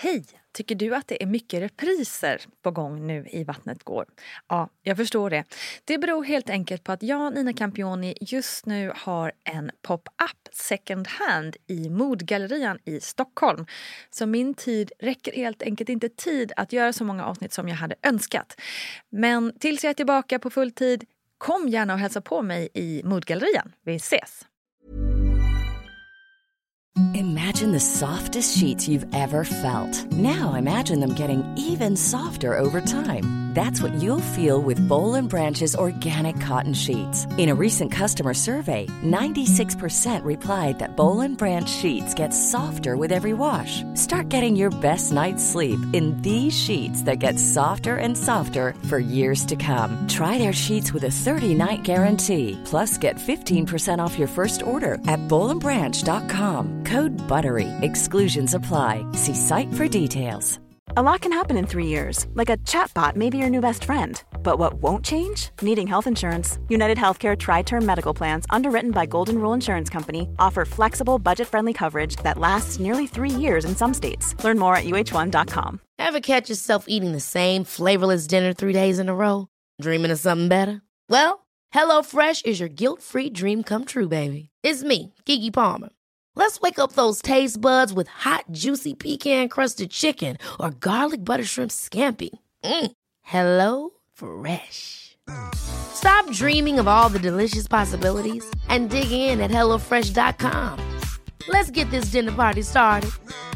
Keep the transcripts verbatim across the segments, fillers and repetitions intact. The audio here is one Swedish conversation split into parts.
Hej! Tycker du att det är mycket repriser på gång nu i Vattnet går? Ja, jag förstår det. Det beror helt enkelt på att jag, Nina Campioni, just nu har en pop-up second hand i Modgallerian i Stockholm. Så min tid räcker helt enkelt inte tid att göra så många avsnitt som jag hade önskat. Men tills jag är tillbaka på full tid, kom gärna och hälsa på mig i Modgallerian. Vi ses! Imagine the softest sheets you've ever felt. Now imagine them getting even softer over time. That's what you'll feel with Boll and Branch's organic cotton sheets. In a recent customer survey, ninety-six percent replied that Boll and Branch sheets get softer with every wash. Start getting your best night's sleep in these sheets that get softer and softer for years to come. Try their sheets with a thirty-night guarantee. Plus, get fifteen percent off your first order at boll and branch dot com. Code BUTTERY. Exclusions apply. See site for details. A lot can happen in three years, like a chatbot may be your new best friend. But what won't change? Needing health insurance. United Healthcare Tri-Term Medical Plans, underwritten by Golden Rule Insurance Company, offer flexible, budget-friendly coverage that lasts nearly three years in some states. Learn more at U H one dot com. Ever catch yourself eating the same flavorless dinner three days in a row? Dreaming of something better? Well, HelloFresh is your guilt-free dream come true, baby. It's me, Keke Palmer. Let's wake up those taste buds with hot, juicy pecan-crusted chicken or garlic butter shrimp scampi. Mm. Hello Fresh. Stop dreaming of all the delicious possibilities and dig in at hello fresh dot com. Let's get this dinner party started.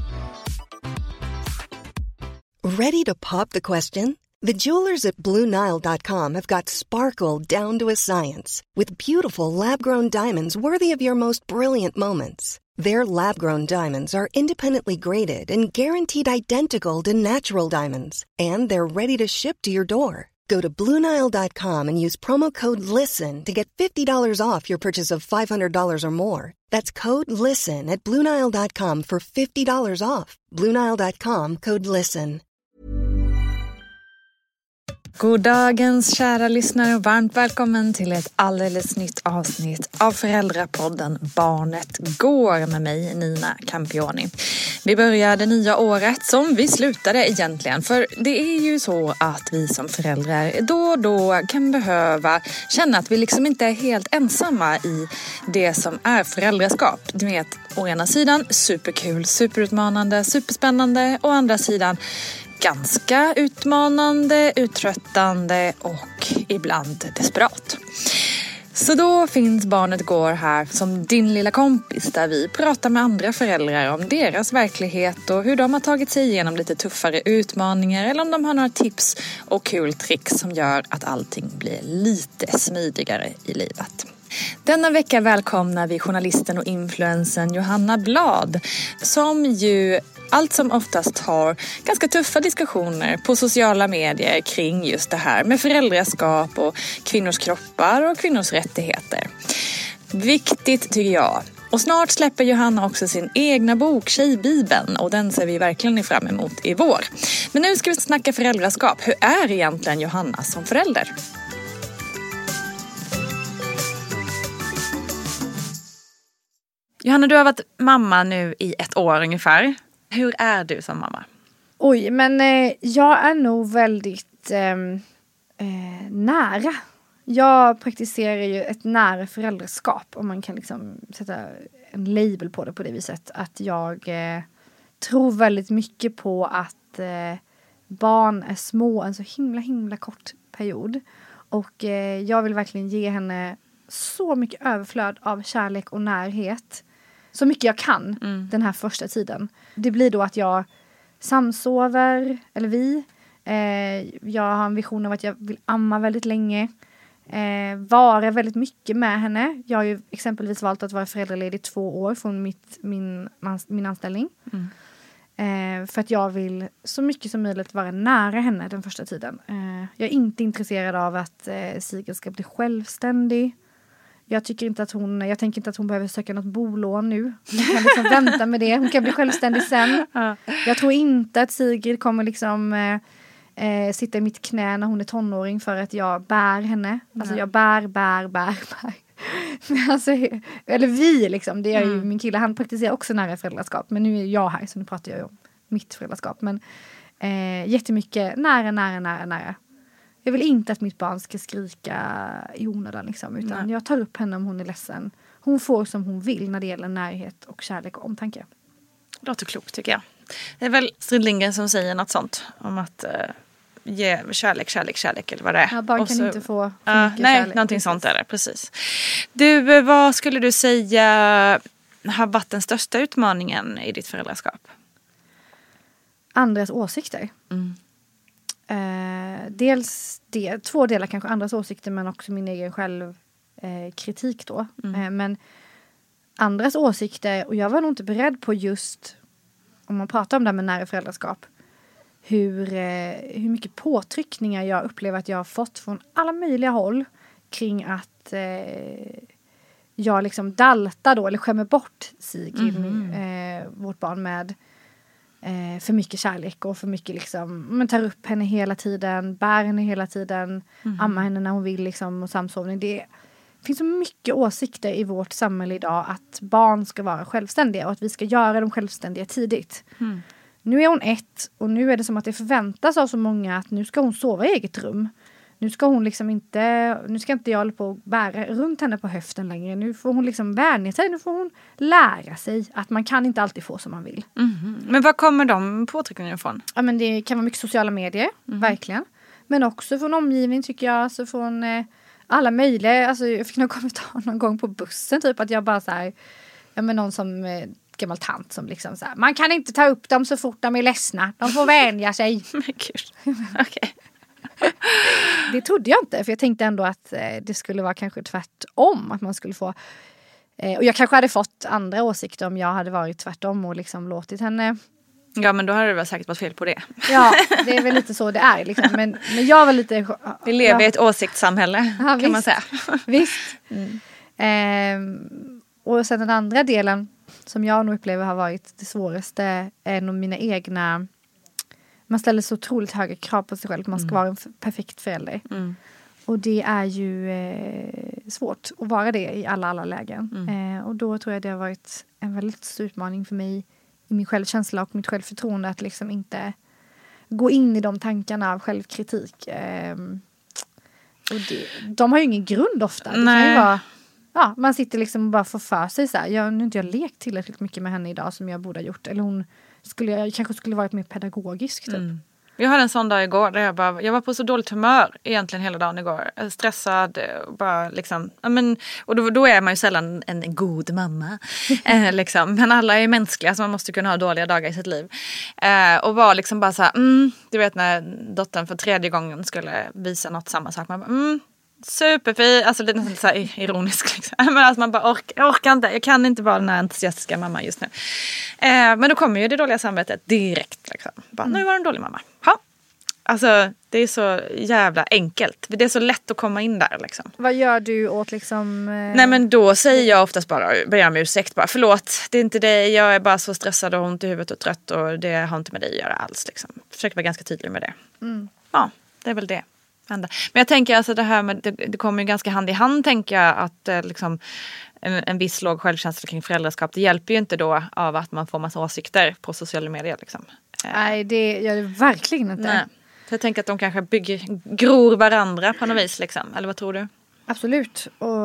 Ready to pop the question? The jewelers at Blue Nile dot com have got sparkle down to a science with beautiful lab-grown diamonds worthy of your most brilliant moments. Their lab-grown diamonds are independently graded and guaranteed identical to natural diamonds. And they're ready to ship to your door. Go to Blue Nile dot com and use promo code LISTEN to get fifty dollars off your purchase of five hundred dollars or more. That's code LISTEN at Blue Nile dot com for fifty dollars off. Blue Nile dot com, code LISTEN. God dagens kära lyssnare och varmt välkommen till ett alldeles nytt avsnitt av Föräldrapodden Barnet går med mig, Nina Campioni. Vi börjar det nya året som vi slutade egentligen, för det är ju så att vi som föräldrar då och då kan behöva känna att vi liksom inte är helt ensamma i det som är föräldraskap. Du vet, å ena sidan superkul, superutmanande, superspännande, å andra sidan ganska utmanande, uttröttande och ibland desperat. Så då finns Barnet går här som din lilla kompis där vi pratar med andra föräldrar om deras verklighet och hur de har tagit sig igenom lite tuffare utmaningar eller om de har några tips och kul tricks som gör att allting blir lite smidigare i livet. Denna vecka välkomnar vi journalisten och influensen Johanna Blad som ju allt som oftast har ganska tuffa diskussioner på sociala medier kring just det här med föräldraskap och kvinnors kroppar och kvinnors rättigheter. Viktigt tycker jag. Och snart släpper Johanna också sin egna bok Tjejbibeln och den ser vi verkligen fram emot i vår. Men nu ska vi snacka föräldraskap. Hur är egentligen Johanna som förälder? Johanna, du har varit mamma nu i ett år ungefär. Hur är du som mamma? Oj, men eh, jag är nog väldigt eh, eh, nära. Jag praktiserar ju ett nära föräldraskap. Om man kan liksom sätta en label på det på det viset. Att jag eh, tror väldigt mycket på att eh, barn är små en så himla himla kort period. Och eh, jag vill verkligen ge henne så mycket överflöd av kärlek och närhet. Så mycket jag kan mm. den här första tiden. Det blir då att jag samsover, eller vi. Eh, jag har en vision av att jag vill amma väldigt länge. Eh, vara väldigt mycket med henne. Jag har ju exempelvis valt att vara föräldraledig två år från mitt, min, min anställning. Mm. Eh, för att jag vill så mycket som möjligt vara nära henne den första tiden. Eh, jag är inte intresserad av att eh, Sigrid ska bli självständig. Jag tycker inte att hon, jag tänker inte att hon behöver söka något bolån nu. Hon kan liksom vänta med det. Hon kan bli självständig sen. Ja. Jag tror inte att Sigrid kommer liksom eh, sitta i mitt knä när hon är tonåring för att jag bär henne. Alltså jag bär, bär, bär, bär. Alltså, eller vi liksom. Det är ju mm. min kille. Han praktiserar också nära föräldraskap. Men nu är jag här så nu pratar jag ju om mitt föräldraskap. Men eh, jättemycket nära, nära, nära, nära. Jag vill inte att mitt barn ska skrika i onödan liksom, utan Nej. jag tar upp henne om hon är ledsen. Hon får som hon vill när det gäller närhet och kärlek och omtanke. Det låter klokt tycker jag. Det är väl Astrid Lindgren som säger något sånt om att uh, ge kärlek, kärlek, kärlek eller vad det är. Ja, barn och kan så, inte få för uh, mycket nej, kärlek. någonting precis. Sånt är det, precis. Du, vad skulle du säga har varit den största utmaningen i ditt föräldraskap? Andras åsikter. Mm. Eh, dels det, två delar kanske, andras åsikter men också min egen självkritik eh, då. Mm. Eh, men andras åsikter, och jag var nog inte beredd på just, om man pratar om det här med nära föräldraskap, hur, eh, hur mycket påtryckningar jag upplever att jag har fått från alla möjliga håll kring att eh, jag liksom daltar då, eller skämmer bort Sigrid, mm. eh, vårt barn, med eh, för mycket kärlek och för mycket liksom, man tar upp henne hela tiden, bär henne hela tiden, mm. ammar henne när hon vill liksom, och samsovning. Det finns så mycket åsikter i vårt samhälle idag att barn ska vara självständiga och att vi ska göra dem självständiga tidigt. Mm. Nu är hon ett och nu är det som att det förväntas av så många att nu ska hon sova i eget rum. Nu ska hon liksom inte, nu ska inte jag hålla på och bära runt henne på höften längre. Nu får hon liksom vänja sig, nu får hon lära sig att man kan inte alltid få som man vill. Mm-hmm. Men var kommer de påtryckningarna ifrån? Ja, men det kan vara mycket sociala medier, mm. verkligen. Men också från omgivning tycker jag, alltså från eh, alla möjliga, alltså jag fick någon kommentar någon gång på bussen typ att jag bara så här, ja men någon som eh, gammal tant som liksom så här, man kan inte ta upp dem så fort de är ledsna, de får vänja sig. Men gud, okej. Det trodde jag inte, för jag tänkte ändå att eh, det skulle vara kanske tvärtom, att man skulle få eh, och jag kanske hade fått andra åsikter om jag hade varit tvärtom och liksom låtit henne. Ja, men då hade det väl säkert varit fel på det. Ja, det är väl lite så det är liksom. men, men jag var lite vi lever ja. i ett åsiktssamhälle, ja, kan visst, man säga. Visst. Mm. Ehm, och sen den andra delen som jag nog upplever har varit det svåraste är nog mina egna. Man ställer så otroligt höga krav på sig själv. Man ska mm. vara en perfekt förälder. Mm. Och det är ju eh, svårt att vara det i alla, alla lägen. Mm. Eh, och då tror jag det har varit en väldigt stor utmaning för mig i min självkänsla och mitt självförtroende att liksom inte gå in i de tankarna av självkritik. Eh, och det, de har ju ingen grund ofta. Det Nej. kan ju vara, ja, man sitter liksom och bara får för sig så här. Jag, nu har inte jag lekt tillräckligt mycket med henne idag som jag borde ha gjort. Eller hon skulle, jag kanske skulle varit mer pedagogisk typ. Mm. Jag hade en sån dag igår där jag bara, jag var på så dåligt humör egentligen hela dagen igår. Stressad, bara liksom, ja men, och då, då är man ju sällan en, en god mamma. eh, liksom. Men alla är mänskliga så man måste kunna ha dåliga dagar i sitt liv. Eh, och var liksom bara så här, mm, du vet när dottern för tredje gången skulle visa något samma sak. Man bara, mm, superfin, alltså det är nästan så här ironisk liksom. Men alltså man bara orkar, jag orkar inte, jag kan inte vara den här entusiastiska mamma just nu. Eh, men då kommer ju det dåliga samvetet direkt liksom. Bara, mm. nu var det en dålig mamma. Ha. Alltså det är så jävla enkelt. Det är så lätt att komma in där liksom. Vad gör du åt liksom? Eh... Nej men då säger jag oftast bara, ber med ursäkt bara, förlåt, det är inte det, jag är bara så stressad och ont i huvudet och trött och det har inte med dig att göra alls liksom. Försöker vara ganska tydlig med det. Mm. Ja, det är väl det. Men jag tänker alltså det här med, det, det kommer ju ganska hand i hand tänker jag att eh, liksom en, en viss låg självkänsla kring föräldraskap, det hjälper ju inte då av att man får massa åsikter på sociala medier liksom. Eh. Nej, det gör det verkligen inte. Nej. Så jag tänker att de kanske bygger, gror varandra på något vis liksom, eller vad tror du? Absolut,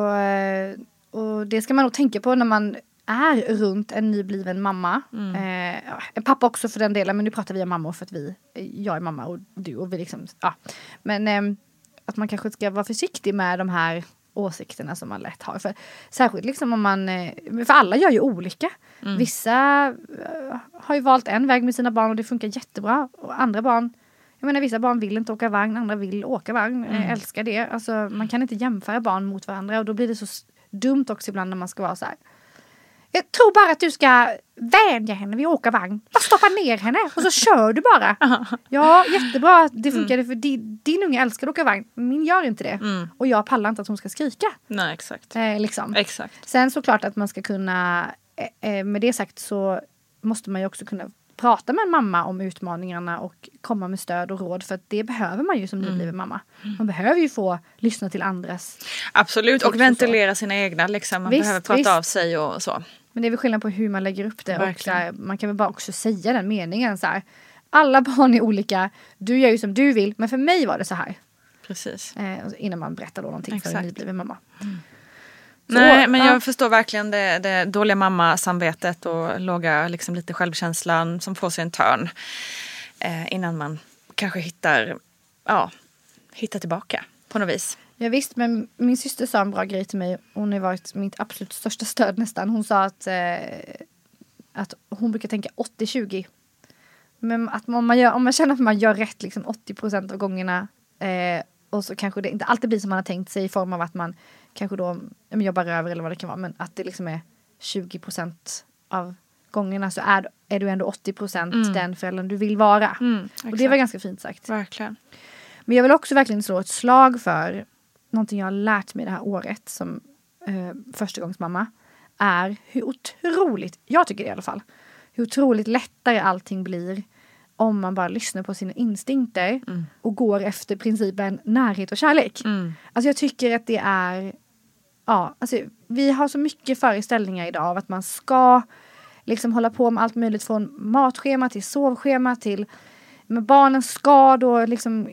och, och det ska man nog tänka på när man är runt en nybliven mamma. Mm. Eh, en pappa också för den delen, men nu pratar vi om mamma för att vi, jag är mamma och du och vi liksom, ja. Men eh, att man kanske ska vara försiktig med de här åsikterna som man lätt har. För, särskilt liksom om man, för alla gör ju olika. Mm. Vissa uh, har ju valt en väg med sina barn och det funkar jättebra. Och andra barn, jag menar vissa barn vill inte åka vagn, andra vill åka vagn, mm. älskar det. Alltså man kan inte jämföra barn mot varandra och då blir det så dumt också ibland när man ska vara så här. Jag tror bara att du ska vänja henne vid åka vagn. Bara stoppa ner henne och så kör du bara. Ja, jättebra. Det funkade mm. för din, din unge älskar att åka vagn. Min gör inte det. Mm. Och jag pallar inte att hon ska skrika. Nej, exakt. Eh, liksom. Exakt. Sen såklart att man ska kunna, eh, med det sagt så måste man ju också kunna prata med en mamma om utmaningarna och komma med stöd och råd. För att det behöver man ju som nybliven mm. mamma. Man behöver ju få lyssna till andras. Absolut, och ventilera sina egna. Liksom. Man visst, behöver prata visst. av sig och så. Men det är väl skillnad på hur man lägger upp det. Och så här, Verkligen. man kan väl bara också säga den meningen så här. Alla barn är olika. Du gör ju som du vill. Men för mig var det så här. Precis. Eh, och så innan man berättar då någonting för Exakt. en nybliven mamma. Så, Nej, men ja. jag förstår verkligen det, det dåliga mammasamvetet och låga liksom, lite självkänslan som får sig en törn eh, innan man kanske hittar, ja, hittar tillbaka på något vis. Ja, visst, men min syster sa en bra grej till mig. Hon har varit mitt absolut största stöd nästan. Hon sa att, eh, att hon brukar tänka åttio tjugo. Men att om man, gör, om man känner att man gör rätt liksom åttio procent av gångerna eh, och så kanske det inte alltid blir som man har tänkt sig i form av att man kanske då ja, jobbar över eller vad det kan vara. Men att det liksom är tjugo procent av gångerna så är, är du ändå åttio procent mm. den föräldern du vill vara. Mm, och det var ganska fint sagt. Verkligen. Men jag vill också verkligen slå ett slag för någonting jag har lärt mig det här året som eh, förstagångsmamma är hur otroligt, jag tycker det i alla fall, hur otroligt lättare allting blir om man bara lyssnar på sina instinkter mm. och går efter principen närhet och kärlek. Mm. Alltså jag tycker att det är, ja, alltså vi har så mycket föreställningar idag av att man ska liksom hålla på med allt möjligt från matschema till sovschema till, men barnen ska då liksom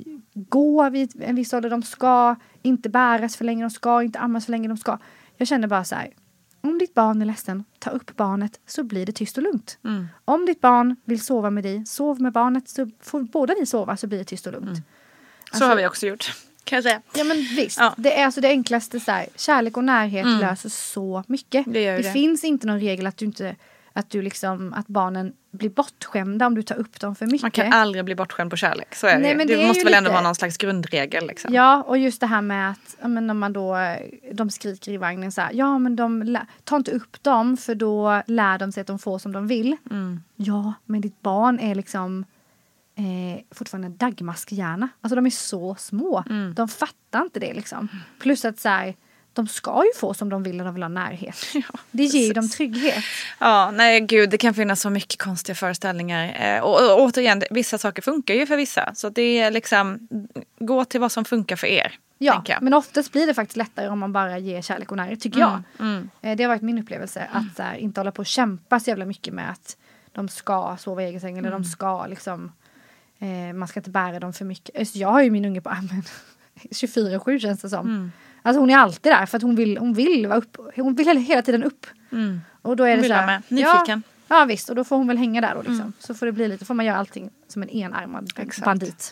gå vid en viss ålder, de ska inte bäras för länge, de ska inte ammas för länge, de ska. Jag känner bara så här, om ditt barn är ledsen, ta upp barnet så blir det tyst och lugnt. Mm. Om ditt barn vill sova med dig, sov med barnet så får båda ni sova så blir det tyst och lugnt. Mm. Alltså, så har vi också gjort, kan jag säga. Ja men visst, ja. Det är alltså det enklaste så här, kärlek och närhet mm. löser så mycket. Det, gör det, det finns inte någon regel att du inte att du liksom, att barnen blir bortskämda om du tar upp dem för mycket. Man kan aldrig bli bortskämd på kärlek. Så är Nej, det. Men det, det måste väl lite... ändå vara någon slags grundregel. Liksom. Ja, och just det här med att ja, men när man då, de skriker i vagnen så här, ja men de ta inte upp dem för då lär de sig att de får som de vill. Mm. Ja, men ditt barn är liksom eh, fortfarande en dagmaskhjärna. Alltså de är så små. Mm. De fattar inte det liksom. Plus att så här, de ska ju få som de vill när de vill ha närhet. Ja, det ger ju dem trygghet. Ja, nej gud, det kan finnas så mycket konstiga föreställningar. Eh, och, och återigen, vissa saker funkar ju för vissa. Så det är liksom, gå till vad som funkar för er. Ja, men oftast blir det faktiskt lättare om man bara ger kärlek och närhet, tycker mm, jag. Mm. Eh, det har varit min upplevelse. Mm. Att här, inte hålla på och kämpa så jävla mycket med att de ska sova i egen säng. Eller mm. de ska liksom, eh, man ska inte bära dem för mycket. Så jag har ju min unge på armen tjugofyra sju känns det som. Mm. Alltså hon är alltid där för att hon vill, hon vill vara upp. Hon vill hela tiden upp. Mm. Och då är hon det så här, med. Nyfiken. Ja, ja visst, och då får hon väl hänga där då liksom. Mm. Så får det bli lite, får man göra allting som en enarmad Exakt. bandit.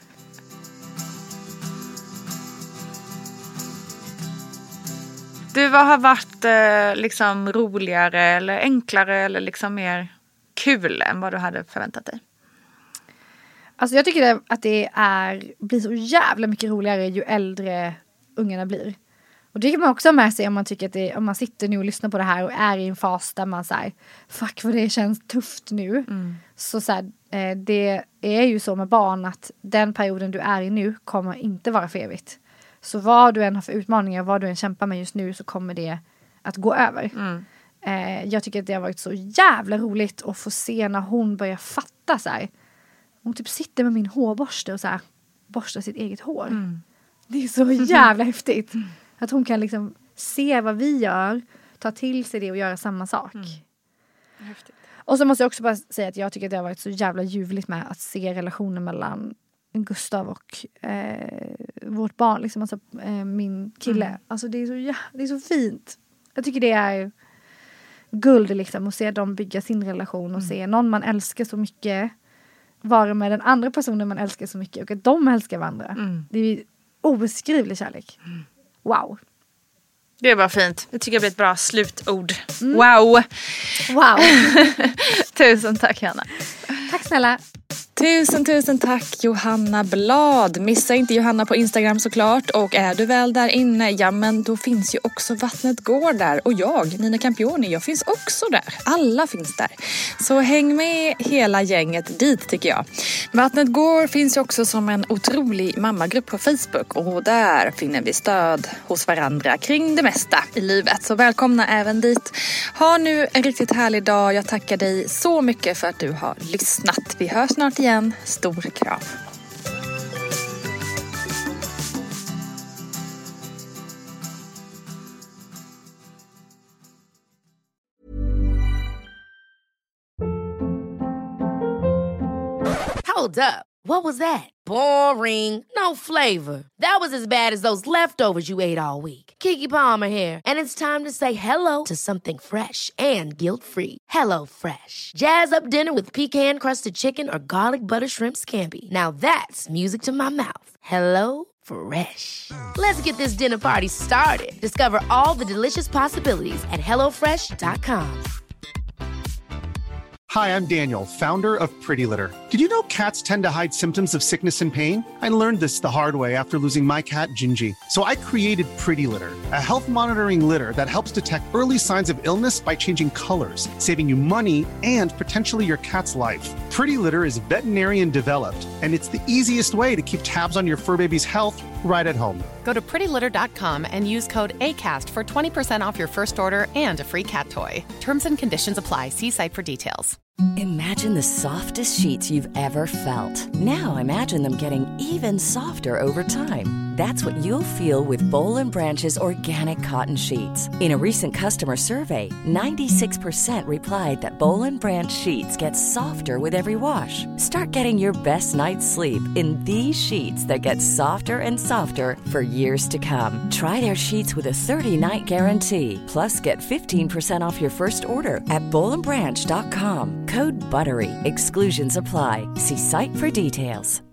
Du, vad har varit eh, liksom roligare eller enklare eller liksom mer kul än vad du hade förväntat dig? Alltså jag tycker det, att det är, blir så jävla mycket roligare ju äldre ungarna blir. Och det kan man också ha med sig om man tycker att det, om man sitter nu och lyssnar på det här och är i en fas där man säger fuck vad det känns tufft nu. Mm. Så, så här, eh, det är ju så med barn att den perioden du är i nu kommer inte vara för evigt. Så vad du än har för utmaningar, vad du än kämpar med just nu så kommer det att gå över. Mm. Eh, jag tycker att det har varit så jävla roligt att få se när hon börjar fatta så här. Hon typ sitter med min hårborste och så här, borstar sitt eget hår. Mm. Det är så jävla häftigt. Mm. Att hon kan liksom se vad vi gör, ta till sig det och göra samma sak. Mm. Häftigt. Och så måste jag också bara säga att jag tycker att det har varit så jävla ljuvligt med att se relationen mellan Gustav och eh, vårt barn. Liksom, alltså, eh, min kille. Mm. Alltså det är, så, ja, det är så fint. Jag tycker det är guld liksom, att se dem bygga sin relation och mm. se någon man älskar så mycket vara med den andra personen man älskar så mycket och att de älskar varandra. Mm. Det är obeskrivlig kärlek. Mm. Wow. Det är bara fint. Det tycker jag blir ett bra slutord. Mm. Wow. Wow. Tusen tack, Hanna. Tack snälla. Tusen, tusen tack Johanna Blad. Missa inte Johanna på Instagram såklart. Och är du väl där inne, ja men då finns ju också Vattnet går där. Och jag, Nina Campioni, jag finns också där. Alla finns där. Så häng med hela gänget dit tycker jag. Vattnet går finns ju också som en otrolig mammagrupp på Facebook. Och där finner vi stöd hos varandra kring det mesta i livet. Så välkomna även dit. Ha nu en riktigt härlig dag. Jag tackar dig så mycket för att du har lyssnat. Vi hörs snart igen. Stor kram. Hold up. What was that? Boring. No flavor. That was as bad as those leftovers you ate all week. Keke Palmer here, and it's time to say hello to something fresh and guilt-free. Hello Fresh. Jazz up dinner with pecan-crusted chicken or garlic butter shrimp scampi. Now that's music to my mouth. Hello Fresh. Let's get this dinner party started. Discover all the delicious possibilities at hello fresh dot com. Hi, I'm Daniel, founder of Pretty Litter. Did you know cats tend to hide symptoms of sickness and pain? I learned this the hard way after losing my cat, Gingy. So I created Pretty Litter, a health monitoring litter that helps detect early signs of illness by changing colors, saving you money and potentially your cat's life. Pretty Litter is veterinarian developed, and it's the easiest way to keep tabs on your fur baby's health right at home. Go to pretty litter dot com and use code ACAST for twenty percent off your first order and a free cat toy. Terms and conditions apply. See site for details. Imagine the softest sheets you've ever felt. Now imagine them getting even softer over time. That's what you'll feel with Boll and Branch's organic cotton sheets. In a recent customer survey, ninety-six percent replied that Boll and Branch sheets get softer with every wash. Start getting your best night's sleep in these sheets that get softer and softer for years to come. Try their sheets with a thirty-night guarantee. Plus, get fifteen percent off your first order at boll and branch dot com. Code BUTTERY. Exclusions apply. See site for details.